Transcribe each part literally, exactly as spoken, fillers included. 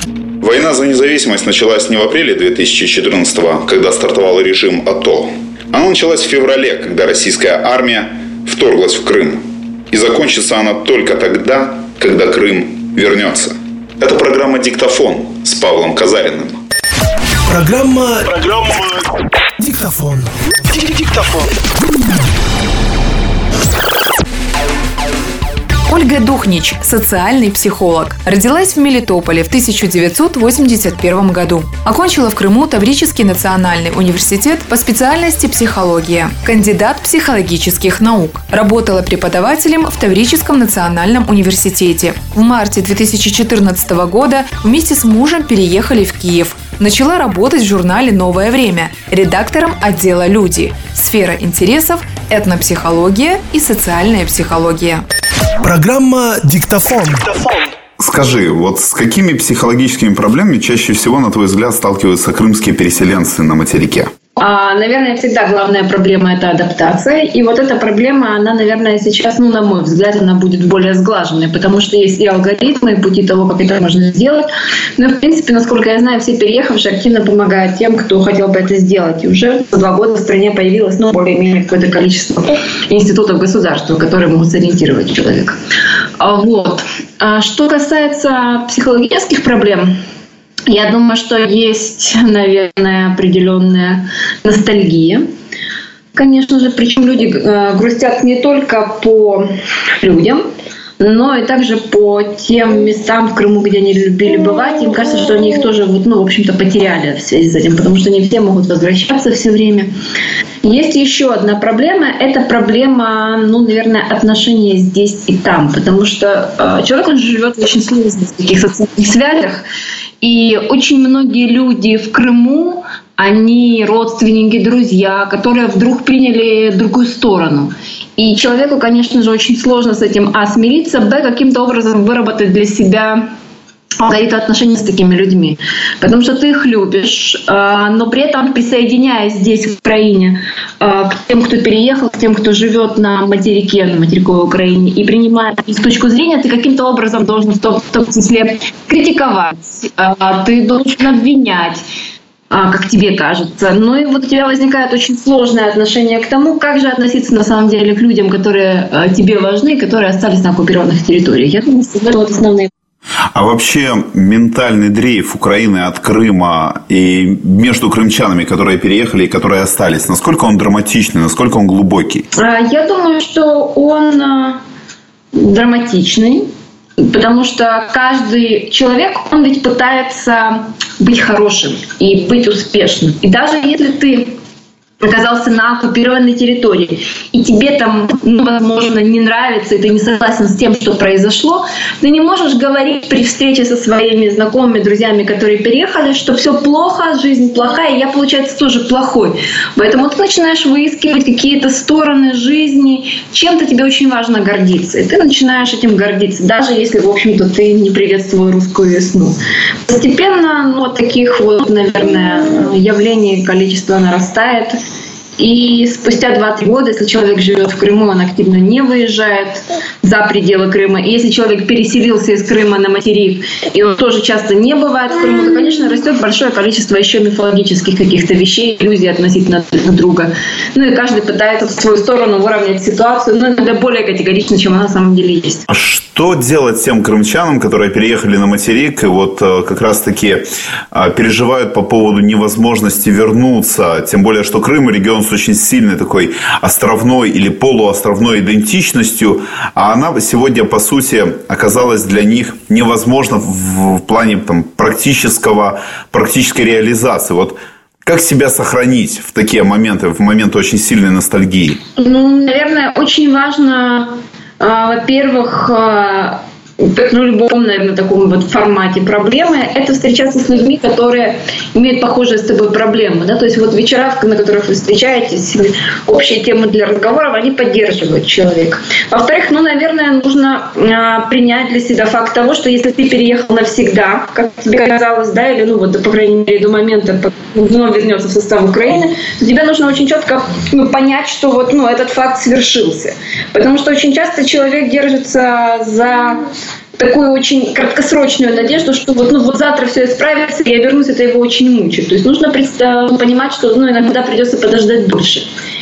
Война за независимость началась не в апреле две тысячи четырнадцатого, когда стартовал режим АТО. Она началась в феврале, когда российская армия вторглась в Крым. И закончится она только тогда, когда Крым вернется. Это программа «Диктофон» с Павлом Казариным. Программа... Программа... Диктофон. Диктофон. Ольга Духнич – социальный психолог. Родилась в Мелитополе в тысяча девятьсот восемьдесят первом году. Окончила в Крыму Таврический национальный университет по специальности психология. Кандидат психологических наук. Работала преподавателем в Таврическом национальном университете. В марте две тысячи четырнадцатого года вместе с мужем переехали в Киев. Начала работать в журнале «Новое время» редактором отдела «Люди». Сфера интересов – этнопсихология и социальная психология. Программа «Диктофон». Скажи, вот с какими психологическими проблемами чаще всего, на твой взгляд, сталкиваются крымские переселенцы на материке? А, наверное, всегда главная проблема – это адаптация. И вот эта проблема, она, наверное, сейчас, ну, на мой взгляд, она будет более сглаженной, потому что есть и алгоритмы, и пути того, как это можно сделать. Но, в принципе, насколько я знаю, все переехавшие активно помогают тем, кто хотел бы это сделать. И уже за два года в стране появилось, ну, более-менее какое-то количество институтов государства, которые могут сориентировать человека. Вот. А что касается психологических проблем, я думаю, что есть, наверное, определенная ностальгия. Конечно же, причем люди грустят не только по людям, но и также по тем местам в Крыму, где они любили бывать. Им кажется, что они их тоже, вот, ну, в общем-то, потеряли в связи с этим, потому что не все могут возвращаться все время. Есть еще одна проблема. Это проблема, ну, наверное, отношений здесь и там, потому что э, человек, он живет в очень сложных таких социальных связях, и очень многие люди в Крыму, они родственники, друзья, которые вдруг приняли другую сторону. И человеку, конечно же, очень сложно с этим а. смириться, б. каким-то образом выработать для себя алгоритм отношений с такими людьми. Потому что ты их любишь, но при этом, присоединяясь здесь, в Украине, к тем, кто переехал, к тем, кто живет на материке, на материковой Украине, и принимая их точку зрения, ты каким-то образом должен в том, в том числе критиковать, ты должен обвинять, как тебе кажется. Ну и вот у тебя возникает очень сложное отношение к тому, как же относиться на самом деле к людям, которые тебе важны, которые остались на оккупированных территориях. Я думаю, что это вот основные. А вообще ментальный дрейф Украины от Крыма и между крымчанами, которые переехали и которые остались, насколько он драматичный, насколько он глубокий? Я думаю, что он драматичный, потому что каждый человек, он ведь пытается быть хорошим и быть успешным. И даже если ты оказался на оккупированной территории, и тебе там, ну, возможно, не нравится, и ты не согласен с тем, что произошло, ты не можешь говорить при встрече со своими знакомыми, друзьями, которые переехали, что все плохо, жизнь плохая, и я, получается, тоже плохой. Поэтому ты начинаешь выискивать какие-то стороны жизни, чем-то тебе очень важно гордиться, и ты начинаешь этим гордиться, даже если, в общем-то, ты не приветствовал русскую весну. Постепенно, ну, таких вот, наверное, явлений количество нарастает. И спустя два-три года, если человек живет в Крыму, он активно не выезжает за пределы Крыма. И если человек переселился из Крыма на материк, и он тоже часто не бывает в Крыму, то, конечно, растет большое количество еще мифологических каких-то вещей, иллюзий относительно друг друга. Ну и каждый пытается в свою сторону выровнять ситуацию, но иногда более категорично, чем она на самом деле есть. А что делать тем крымчанам, которые переехали на материк и вот как раз-таки переживают по поводу невозможности вернуться, тем более, что Крым – регион с очень сильной такой островной или полуостровной идентичностью, а она сегодня, по сути, оказалась для них невозможна в плане там, практического, практической реализации. Вот как себя сохранить в такие моменты, в моменты очень сильной ностальгии? Ну, наверное, очень важно, во-первых, ну, любом, наверное, таком вот формате проблемы, это встречаться с людьми, которые имеют похожие с тобой проблемы. Да? То есть вот вечера, на которых вы встречаетесь, общие темы для разговоров, они поддерживают человека. Во-вторых, ну, наверное, нужно а, принять для себя факт того, что если ты переехал навсегда, как тебе казалось, да, или, ну, вот, по крайней мере, до момента, пока вновь вернется в состав Украины, то тебе нужно очень четко, ну, понять, что вот, ну, этот факт свершился. Потому что очень часто человек держится за такую очень краткосрочную надежду, что вот, ну, вот завтра все исправится, я вернусь, это его очень мучает. То есть нужно понимать, что ну, иногда придется подождать дольше.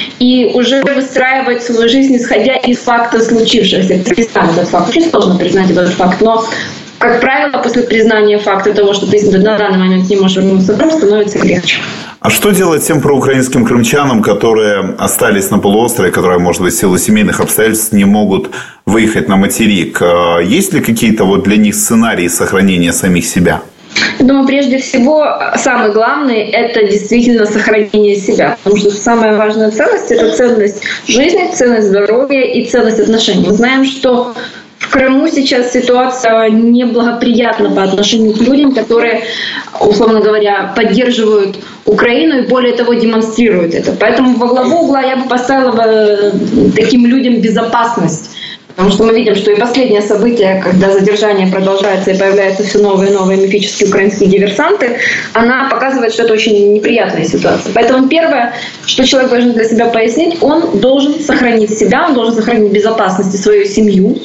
И уже выстраивать свою жизнь, исходя из факта случившегося. Признать этот факт. Очень сложно признать этот факт, но, как правило, после признания факта того, что ты на данный момент не можешь вернуться в дом, становится легче. А что делать тем проукраинским крымчанам, которые остались на полуострове, которые, может быть, в силу семейных обстоятельств не могут выехать на материк? Есть ли какие-то вот для них сценарии сохранения самих себя? Я думаю, прежде всего, самый главный – это действительно сохранение себя. Потому что самая важная ценность – это ценность жизни, ценность здоровья и ценность отношений. Мы знаем, что в Крыму сейчас ситуация неблагоприятна по отношению к людям, которые, условно говоря, поддерживают Украину и, более того, демонстрируют это. Поэтому во главу угла я бы поставила бы таким людям безопасность. Потому что мы видим, что и последнее событие, когда задержание продолжается и появляются все новые и новые мифические украинские диверсанты, она показывает, что это очень неприятная ситуация. Поэтому первое, что человек должен для себя пояснить, он должен сохранить себя, он должен сохранить безопасность и свою семью.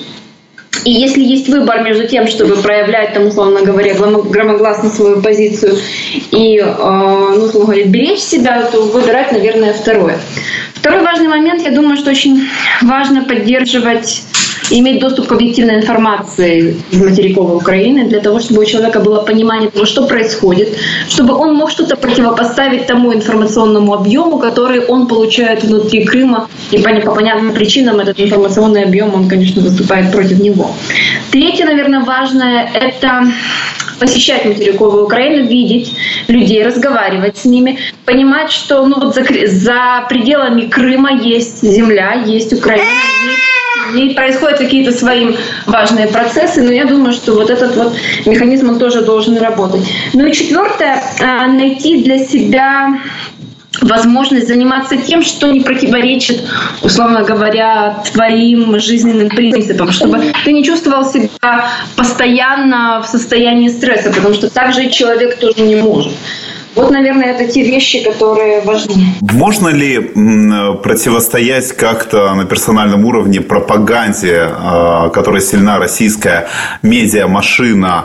И если есть выбор между тем, чтобы проявлять, там, условно говоря, громогласно свою позицию и, ну, условно говоря, беречь себя, то выбирать, наверное, второе. Второй важный момент, я думаю, что очень важно поддерживать и иметь доступ к объективной информации из материковой Украины для того, чтобы у человека было понимание того, что происходит, чтобы он мог что-то противопоставить тому информационному объему, который он получает внутри Крыма. И по, по понятным причинам этот информационный объем, он, конечно, выступает против него. Третье, наверное, важное – это посещать материковую Украину, видеть людей, разговаривать с ними, понимать, что ну, вот за, за пределами Крыма есть земля, есть Украина, есть, и происходят какие-то свои важные процессы, но я думаю, что вот этот вот механизм он тоже должен работать. Ну и четвертое, найти для себя возможность заниматься тем, что не противоречит, условно говоря, твоим жизненным принципам, чтобы ты не чувствовал себя постоянно в состоянии стресса, потому что так же человек тоже не может. Вот, наверное, это те вещи, которые важны. Можно ли противостоять как-то на персональном уровне пропаганде, которой сильна российская медиамашина?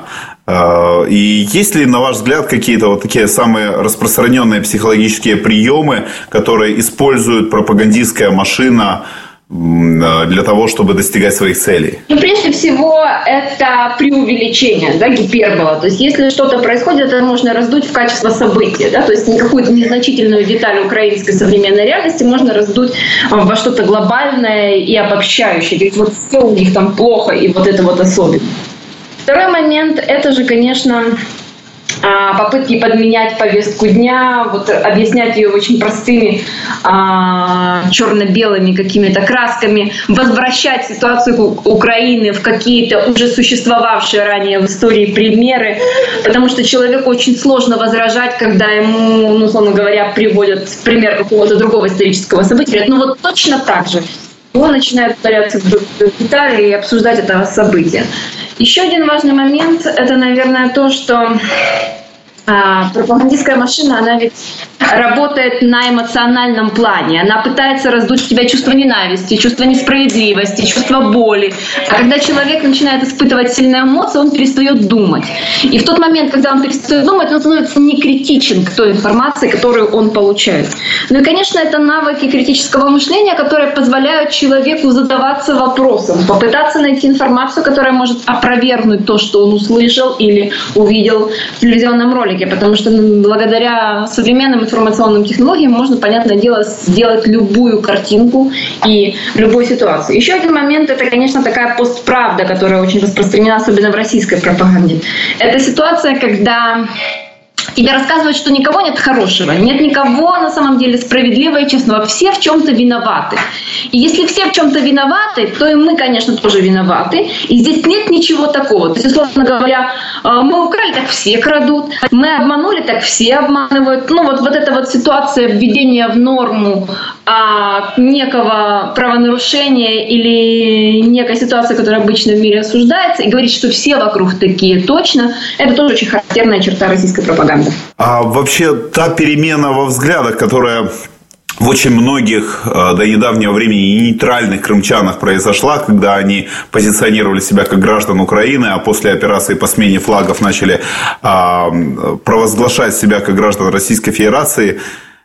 И есть ли, на ваш взгляд, какие-то вот такие самые распространенные психологические приемы, которые использует пропагандистская машина для того, чтобы достигать своих целей? Ну, прежде всего, это преувеличение, да, гипербола. То есть, если что-то происходит, это можно раздуть в качество события. Да? То есть, какую-то незначительную деталь украинской современной реальности можно раздуть во что-то глобальное и обобщающее. Ведь вот все у них там плохо, и вот это вот особенно. Второй момент – это же, конечно, попытки подменять повестку дня, вот, объяснять ее очень простыми а, черно-белыми какими-то красками, возвращать ситуацию Украины в какие-то уже существовавшие ранее в истории примеры, потому что человеку очень сложно возражать, когда ему, ну, условно говоря, приводят пример какого-то другого исторического события, говорят, ну вот точно так же. Он начинает повторяться в детали и обсуждать это событие. Еще один важный момент – это, наверное, то, что а, пропагандистская машина, она ведь работает на эмоциональном плане. Она пытается раздуть в тебя чувство ненависти, чувство несправедливости, чувство боли. А когда человек начинает испытывать сильные эмоции, он перестает думать. И в тот момент, когда он перестает думать, он становится некритичен к той информации, которую он получает. Ну и, конечно, это навыки критического мышления, которые позволяют человеку задаваться вопросом, попытаться найти информацию, которая может опровергнуть то, что он услышал или увидел в телевизионном ролике. Потому что благодаря современным информационным технологиям можно, понятное дело, сделать любую картинку и любую ситуацию. Еще один момент – это, конечно, такая постправда, которая очень распространена, особенно в российской пропаганде. Это ситуация, когда тебе рассказывают, что никого нет хорошего, нет никого на самом деле справедливого и честного. Все в чем-то виноваты. И если все в чем-то виноваты, то и мы, конечно, тоже виноваты. И здесь нет ничего такого. То есть, условно говоря, мы украли, так все крадут. Мы обманули, так все обманывают. Ну вот, вот эта вот ситуация введения в норму а, некого правонарушения или некой ситуации, которая обычно в мире осуждается, и говорить, что все вокруг такие точно, это тоже очень характерная черта российской пропаганды. А вообще та перемена во взглядах, которая в очень многих до недавнего времени нейтральных крымчанах произошла, когда они позиционировали себя как граждан Украины, а после операции по смене флагов начали провозглашать себя как граждан Российской Федерации.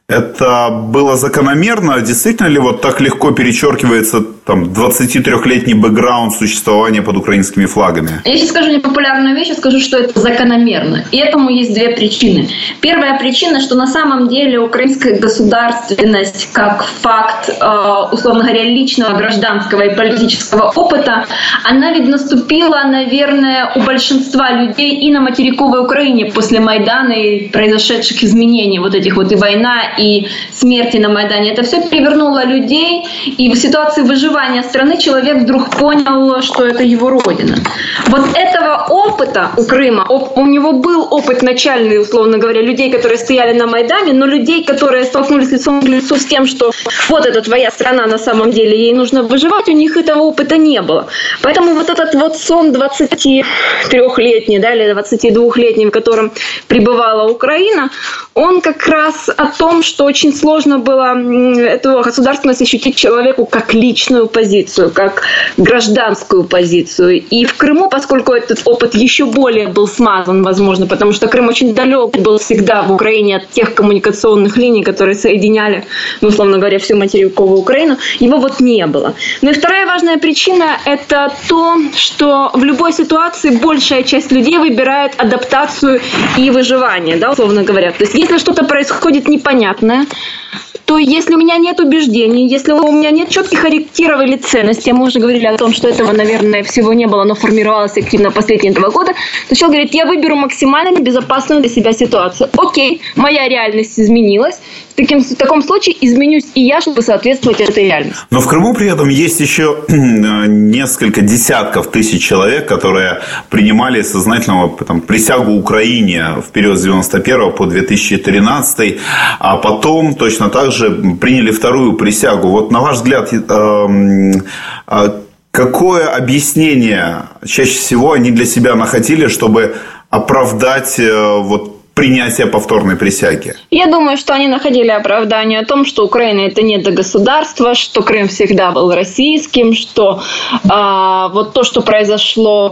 Это было закономерно? Действительно ли вот так легко перечеркивается там двадцатитрёхлетний бэкграунд существования под украинскими флагами? Я сейчас скажу непопулярную вещь, я скажу, что это закономерно. И этому есть две причины. Первая причина, что на самом деле украинская государственность как факт, условно говоря, личного гражданского и политического опыта, она ведь наступила, наверное, у большинства людей и на материковой Украине после Майдана и произошедших изменений, вот этих вот и война, и смерти на Майдане. Это все перевернуло людей, и в ситуации выживания страны человек вдруг понял, что это его родина. Вот этого опыта у Крыма, у него был опыт начальный, условно говоря, людей, которые стояли на Майдане, но людей, которые столкнулись лицом к лицу с тем, что вот это твоя страна на самом деле, ей нужно выживать, у них этого опыта не было. Поэтому вот этот вот сон двадцатитрёхлетний, да, или двадцатидвухлетний, в котором пребывала Украина, он как раз о том, что очень сложно было эту государственность ощутить человеку как личную позицию, как гражданскую позицию. И в Крыму, поскольку этот опыт еще более был смазан, возможно, потому что Крым очень далек был всегда в Украине от тех коммуникационных линий, которые соединяли, ну, условно говоря, всю материковую Украину, его вот не было. Ну и вторая важная причина – это то, что в любой ситуации большая часть людей выбирает адаптацию и выживание, да, условно говоря. То есть если что-то происходит непонятное, то если у меня нет убеждений, если у меня нет четких ориентиров или ценностей, мы уже говорили о том, что этого, наверное, всего не было, но формировалось активно последние два года, то человек говорит, я выберу максимально безопасную для себя ситуацию. Окей, моя реальность изменилась, в, таким, в таком случае изменюсь и я, чтобы соответствовать этой реальности. Но в Крыму при этом есть еще несколько десятков тысяч человек, которые принимали сознательно там, присягу Украине в период с девяносто первого по две тысячи тринадцатый, а потом точно так же приняли вторую присягу. Вот на ваш взгляд, какое объяснение чаще всего они для себя находили, чтобы оправдать вот принятие повторной присяги? Я думаю, что они находили оправдание о том, что Украина это не до государства, что Крым всегда был российским, что а, вот то, что произошло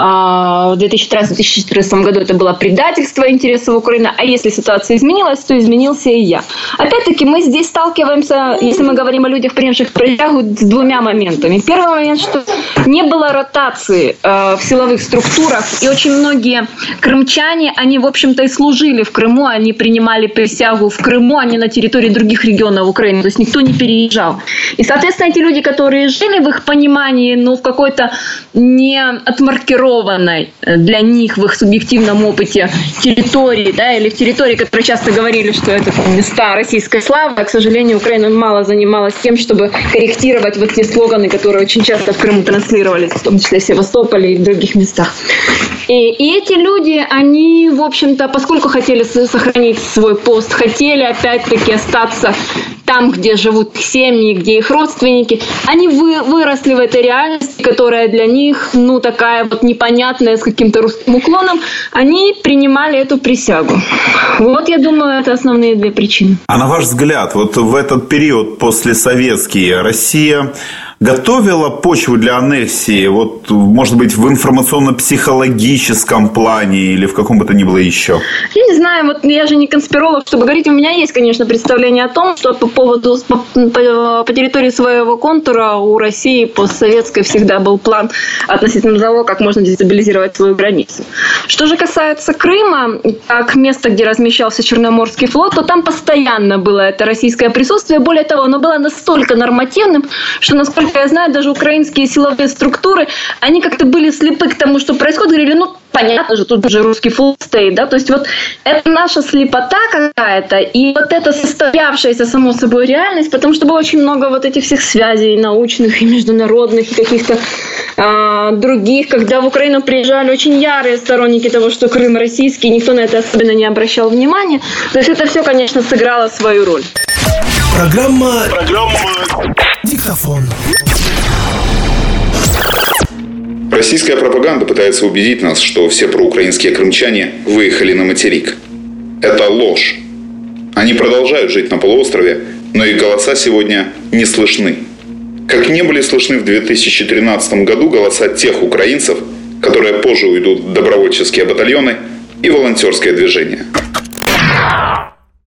а, в две тысячи тринадцатом - две тысячи четырнадцатом году, это было предательство интересов Украины, а если ситуация изменилась, то изменился и я. Опять-таки мы здесь сталкиваемся, если мы говорим о людях, принявших присягу, с двумя моментами. Первый момент, что не было ротации э, в силовых структурах, и очень многие крымчане, они, в общем-то, и служили жили в Крыму, они принимали присягу в Крыму, а не на территории других регионов Украины. То есть никто не переезжал. И, соответственно, эти люди, которые жили в их понимании, ну, в какой-то не отмаркированной для них в их субъективном опыте территории, да, или в территории, которые часто говорили, что это там, места российской славы, а, к сожалению, Украина мало занималась тем, чтобы корректировать вот те слоганы, которые очень часто в Крыму транслировались, в том числе в Севастополе и в других местах. И, и эти люди, они, в общем-то, поскольку хотели сохранить свой пост, хотели опять-таки остаться там, где живут их семьи, где их родственники, они вы, выросли в этой реальности, которая для них, ну, такая вот непонятная, с каким-то русским уклоном, они принимали эту присягу. Вот, я думаю, это основные две причины. А на ваш взгляд, вот в этот период послесоветский Россия готовила почву для аннексии, вот, может быть, в информационно-психологическом плане или в каком бы то ни было еще? Я не знаю, вот я же не конспиролог, чтобы говорить. У меня есть, конечно, представление о том, что по поводу, по, по, по территории своего контура у России постсоветской всегда был план относительно того, как можно дестабилизировать свою границу. Что же касается Крыма, как места, где размещался Черноморский флот, то там постоянно было это российское присутствие. Более того, оно было настолько нормативным, что, насколько я знаю, даже украинские силовые структуры, они как-то были слепы к тому, что происходит, говорили, ну, понятно же, тут же русский флот стоит, да, то есть вот это наша слепота какая-то, и вот эта состоявшаяся, само собой, реальность, потому что было очень много вот этих всех связей научных и международных, и каких-то а, других, когда в Украину приезжали очень ярые сторонники того, что Крым российский, никто на это особенно не обращал внимания, то есть это все, конечно, сыграло свою роль. Программа... Программа... Диктофон. Российская пропаганда пытается убедить нас, что все проукраинские крымчане выехали на материк. Это ложь. Они продолжают жить на полуострове, но их голоса сегодня не слышны. Как не были слышны в две тысячи тринадцатом году голоса тех украинцев, которые позже уйдут в добровольческие батальоны и волонтерское движение.